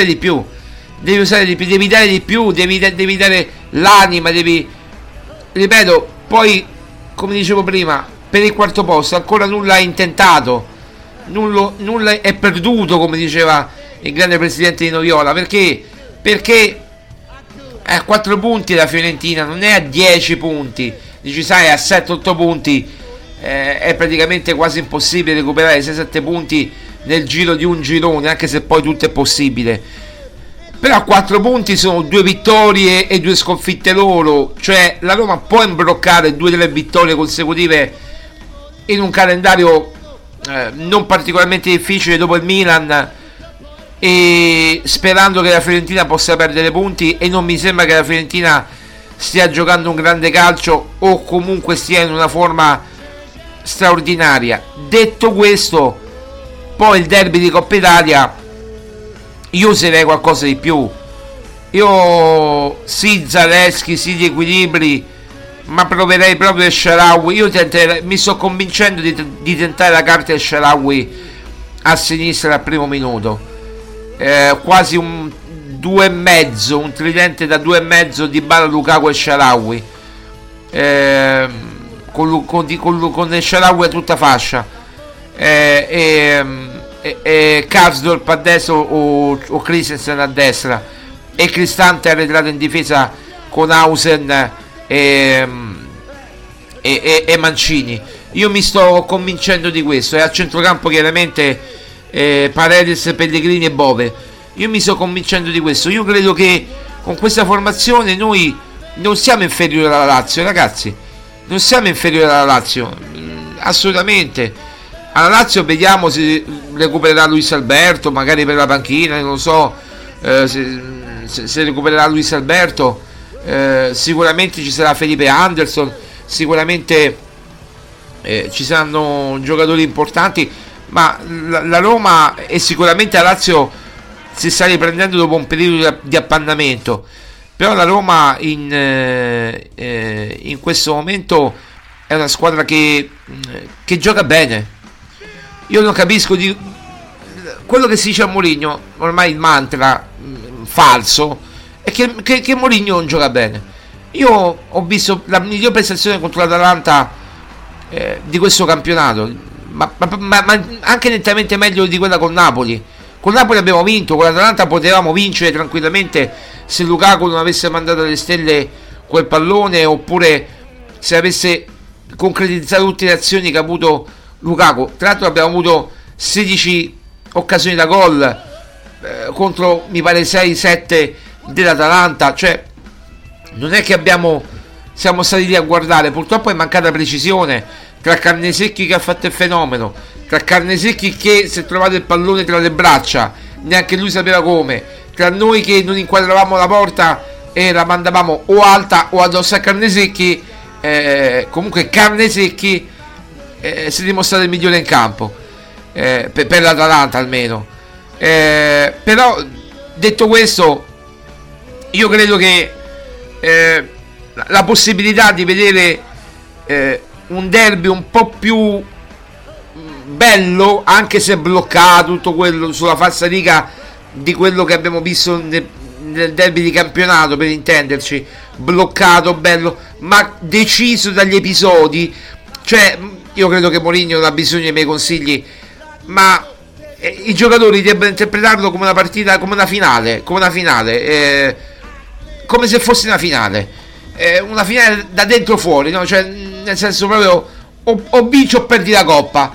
più, devi dare l'anima, ripeto, poi, come dicevo prima, per il quarto posto ancora nulla è intentato, nulla è perduto, come diceva il grande presidente di Noviola, perché è a 4 punti la Fiorentina, non è a 10 punti. Dici, sai, a 7-8 punti è praticamente quasi impossibile recuperare 6-7 punti nel giro di un girone, anche se poi tutto è possibile. Però a 4 punti sono 2 vittorie e 2 sconfitte loro, cioè la Roma può imbroccare 2-3 vittorie consecutive in un calendario non particolarmente difficile dopo il Milan, e sperando che la Fiorentina possa perdere punti, e non mi sembra che la Fiorentina stia giocando un grande calcio o comunque stia in una forma straordinaria. Detto questo, poi il derby di Coppa Italia io userei qualcosa di più. Io sì Zalewski, sì gli equilibri, ma proverei proprio El Shaarawy. Io mi sto convincendo di tentare la carta El Shaarawy a sinistra al primo minuto, quasi un 2,5, un tridente da 2,5 di Dybala, Lukaku e El Shaarawy, con El Shaarawy a tutta fascia, e Karsdorp a destra o Christensen a destra, e Cristante arretrato in difesa con Hausen e Mancini. Io mi sto convincendo di questo, e a centrocampo chiaramente Paredes, Pellegrini e Bove. Io mi sto convincendo di questo. Io credo che con questa formazione noi non siamo inferiori alla Lazio, ragazzi, non siamo inferiori alla Lazio, assolutamente. Alla Lazio vediamo se recupererà Luis Alberto, magari per la panchina, non lo so, se recupererà Luis Alberto, sicuramente ci sarà Felipe Anderson, sicuramente ci saranno giocatori importanti, ma la Roma e sicuramente la Lazio si sta riprendendo dopo un periodo di appannamento. Però la Roma in questo momento è una squadra che gioca bene. Io non capisco quello che si dice a Mourinho, ormai il mantra falso è che Mourinho non gioca bene. Io ho visto la miglior prestazione contro l'Atalanta di questo campionato, ma anche nettamente meglio di quella con Napoli. Con Napoli abbiamo vinto, con l'Atalanta potevamo vincere tranquillamente se Lukaku non avesse mandato alle stelle quel pallone, oppure se avesse concretizzato tutte le azioni che ha avuto Lukaku. Tra l'altro abbiamo avuto 16 occasioni da gol contro mi pare 6-7 dell'Atalanta. Cioè non è che siamo stati lì a guardare. Purtroppo è mancata precisione tra Carnesecchi, che ha fatto il fenomeno, tra Carnesecchi che si è trovato il pallone tra le braccia, neanche lui sapeva come, tra noi che non inquadravamo la porta e la mandavamo o alta o addosso a Carnesecchi. Comunque Carnesecchi si è dimostrato il migliore in campo, per l'Atalanta almeno. Però detto questo, io credo che la possibilità di vedere un derby un po' più bello, anche se bloccato tutto quello sulla falsariga di quello che abbiamo visto nel derby di campionato, per intenderci, bloccato, bello, ma deciso dagli episodi. Cioè io credo che Mourinho non ha bisogno dei miei consigli, ma i giocatori debbano interpretarlo come una partita, come una finale, come se fosse una finale da dentro fuori, no? Cioè nel senso proprio o vinci o perdi la coppa,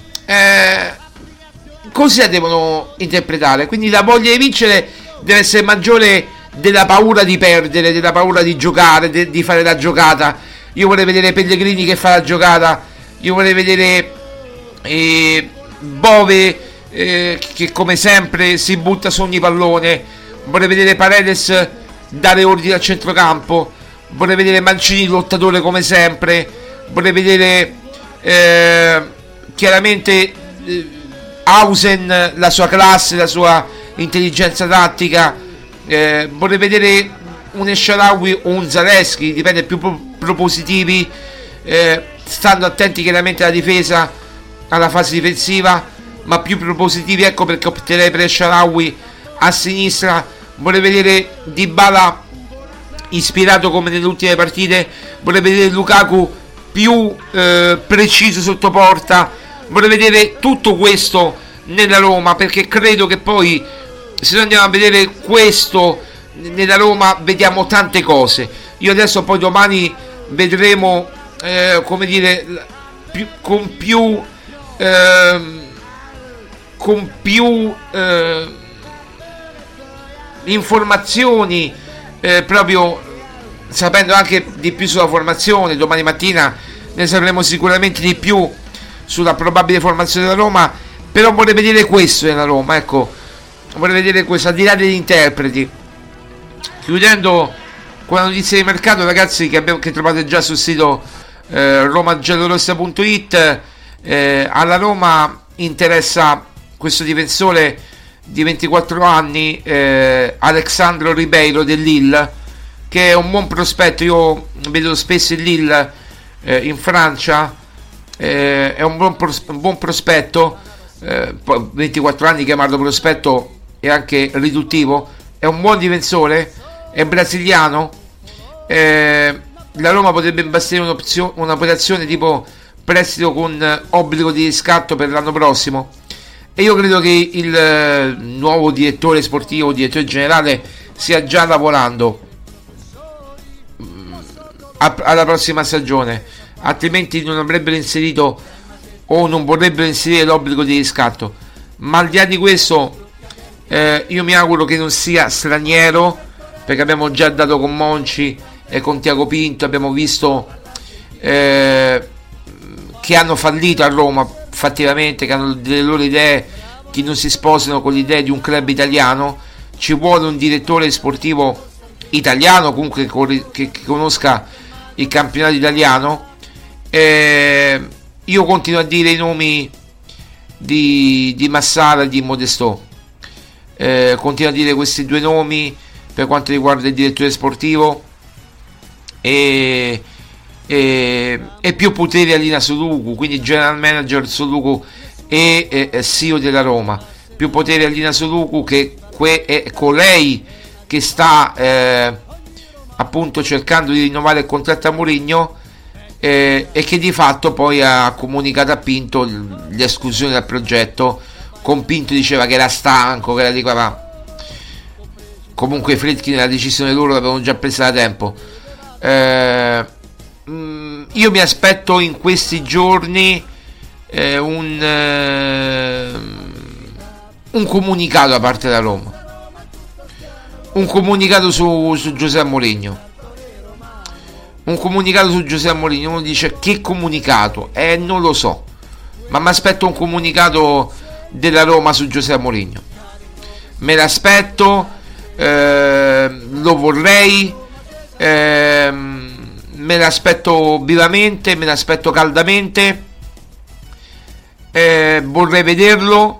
così la devono interpretare. Quindi la voglia di vincere deve essere maggiore della paura di perdere, della paura di giocare, di fare la giocata. Io vorrei vedere Pellegrini che fa la giocata, io vorrei vedere Bove che come sempre si butta su ogni pallone. Vorrei vedere Paredes dare ordine al centrocampo, vorrei vedere Mancini lottatore come sempre, vorrei vedere chiaramente Hausen, la sua classe, la sua intelligenza tattica, vorrei vedere un El Shaarawy o un Zalewski, dipende, più propositivi, stando attenti chiaramente alla difesa, alla fase difensiva, ma più propositivi, ecco perché opterei per El Shaarawy a sinistra. Vorrei vedere Dybala ispirato come nelle ultime partite, vorrei vedere Lukaku più preciso sotto porta, vorrei vedere tutto questo nella Roma, perché credo che poi, se noi andiamo a vedere questo nella Roma, vediamo tante cose. Io adesso poi domani vedremo come dire con più informazioni, proprio sapendo anche di più sulla formazione. Domani mattina ne sapremo sicuramente di più sulla probabile formazione della Roma, però vorrei vedere questo nella Roma, ecco, vorrei vedere questo, al di là degli interpreti. Chiudendo con la notizia di mercato, ragazzi, che trovate già sul sito romagiallorossa.it, alla Roma interessa questo difensore di 24 anni, Alexandre Ribeiro del Lille, che è un buon prospetto. Io vedo spesso il Lille in Francia, è un buon prospetto, 24 anni, chiamarlo prospetto è anche riduttivo, è un buon difensore, è brasiliano. La Roma potrebbe imbastire un'operazione tipo prestito con obbligo di riscatto per l'anno prossimo, e io credo che il nuovo direttore sportivo, direttore generale, stia già lavorando alla prossima stagione, altrimenti non avrebbero inserito o non vorrebbero inserire l'obbligo di riscatto. Ma al di là di questo, io mi auguro che non sia straniero, perché abbiamo già dato con Monchi e con Tiago Pinto, abbiamo visto che hanno fallito a Roma fattivamente, che hanno delle loro idee che non si sposano con le idee di un club italiano. Ci vuole un direttore sportivo italiano, comunque che conosca il campionato italiano. Io continuo a dire i nomi di Massara e di Modestò, continuo a dire questi due nomi per quanto riguarda il direttore sportivo, e più poteri a Lina Soluku, quindi general manager Soluku e CEO della Roma. Più poteri a Lina Soluku, che è colei che sta appunto cercando di rinnovare il contratto a Mourinho, e che di fatto poi ha comunicato a Pinto l'esclusione dal progetto. Con Pinto diceva che era stanco, che era di qua, ma comunque i Friedkin la decisione loro l'avevano già presa da tempo. Io mi aspetto in questi giorni un comunicato da parte della Roma, un comunicato su Giuseppe Mourinho, un comunicato su Giuseppe Mourinho. Uno dice: che comunicato? Non lo so, ma mi aspetto un comunicato della Roma su Giuseppe Mourinho, me l'aspetto, lo vorrei, me l'aspetto vivamente, me l'aspetto caldamente, vorrei vederlo.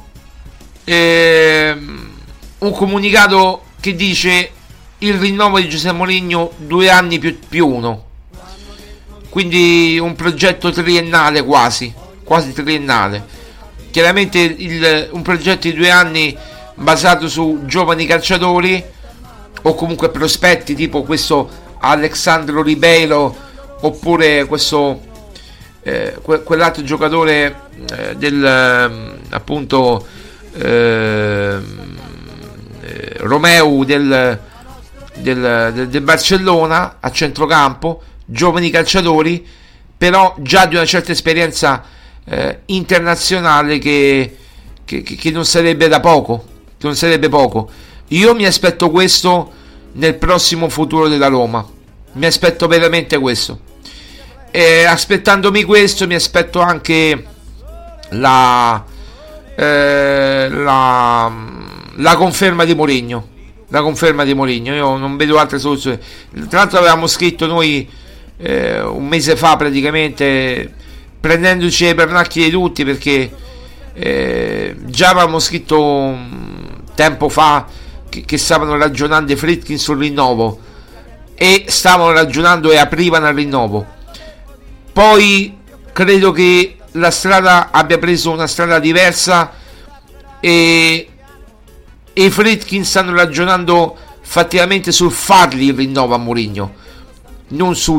Un comunicato che dice: il rinnovo di Giuseppe Mourinho 2 anni più 1, quindi un progetto triennale, quasi triennale. Chiaramente un progetto di 2 anni basato su giovani calciatori o comunque prospetti tipo questo Alexandre Ribeiro, oppure questo quell'altro giocatore appunto Romeu del Barcellona a centrocampo. Giovani calciatori, però già di una certa esperienza internazionale, che non sarebbe da poco, che non sarebbe poco. Io mi aspetto questo nel prossimo futuro della Roma, mi aspetto veramente questo. Aspettandomi questo, mi aspetto anche la conferma di Mourinho. Io non vedo altre soluzioni. Tra l'altro avevamo scritto noi un mese fa, praticamente, prendendoci ai pernacchi di tutti, perché già avevamo scritto tempo fa che stavano ragionando i Friedkin sul rinnovo, e stavano ragionando e aprivano al rinnovo. Poi credo che la strada abbia preso una strada diversa, e i Friedkin stanno ragionando effettivamente sul fargli il rinnovo a Mourinho, non su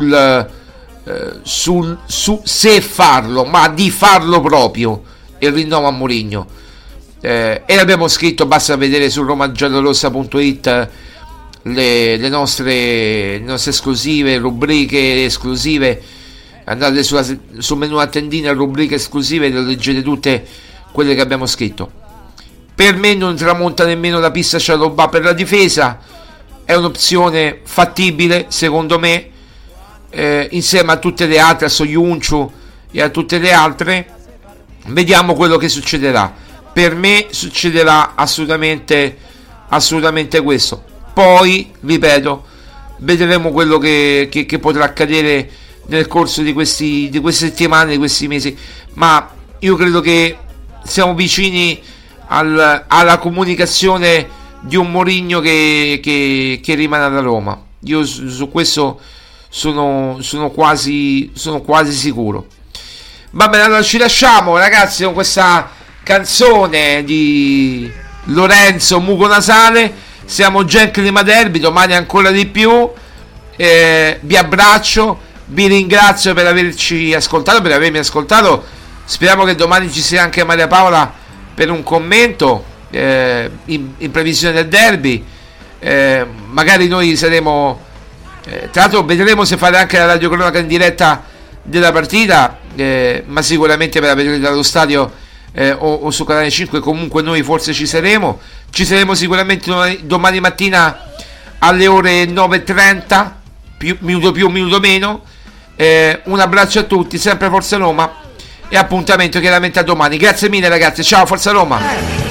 se farlo, ma di farlo proprio il rinnovo a Mourinho. E l'abbiamo scritto, basta vedere su romagiallorossa.it le nostre esclusive, rubriche esclusive. Andate sul menu a tendina, rubriche esclusive, le leggete tutte quelle che abbiamo scritto. Per me non tramonta nemmeno la pista Cialobà per la difesa, è un'opzione fattibile secondo me, insieme a tutte le altre, a Soyuncu e a tutte le altre. Vediamo quello che succederà. Per me succederà assolutamente questo. Poi, ripeto, vedremo quello che potrà accadere nel corso di queste settimane, di questi mesi. Ma io credo che siamo vicini alla comunicazione di un Mourinho che rimane alla Roma. Io su questo sono quasi sicuro. Va bene, allora ci lasciamo, ragazzi, con questa canzone di Lorenzo Muco Nasale. Siamo Genchi ma Derby, domani ancora di più. Vi abbraccio, vi ringrazio per averci ascoltato, per avermi ascoltato. Speriamo che domani ci sia anche Maria Paola per un commento in previsione del derby. Magari noi saremo, tra l'altro vedremo se fare anche la radiocronaca in diretta della partita, ma sicuramente per la vedrete dallo stadio o su Canale 5. Comunque noi forse ci saremo sicuramente domani mattina alle ore 9:30, minuto più, minuto meno. Un abbraccio a tutti, sempre Forza Roma, e appuntamento chiaramente a domani. Grazie mille ragazzi, ciao, Forza Roma.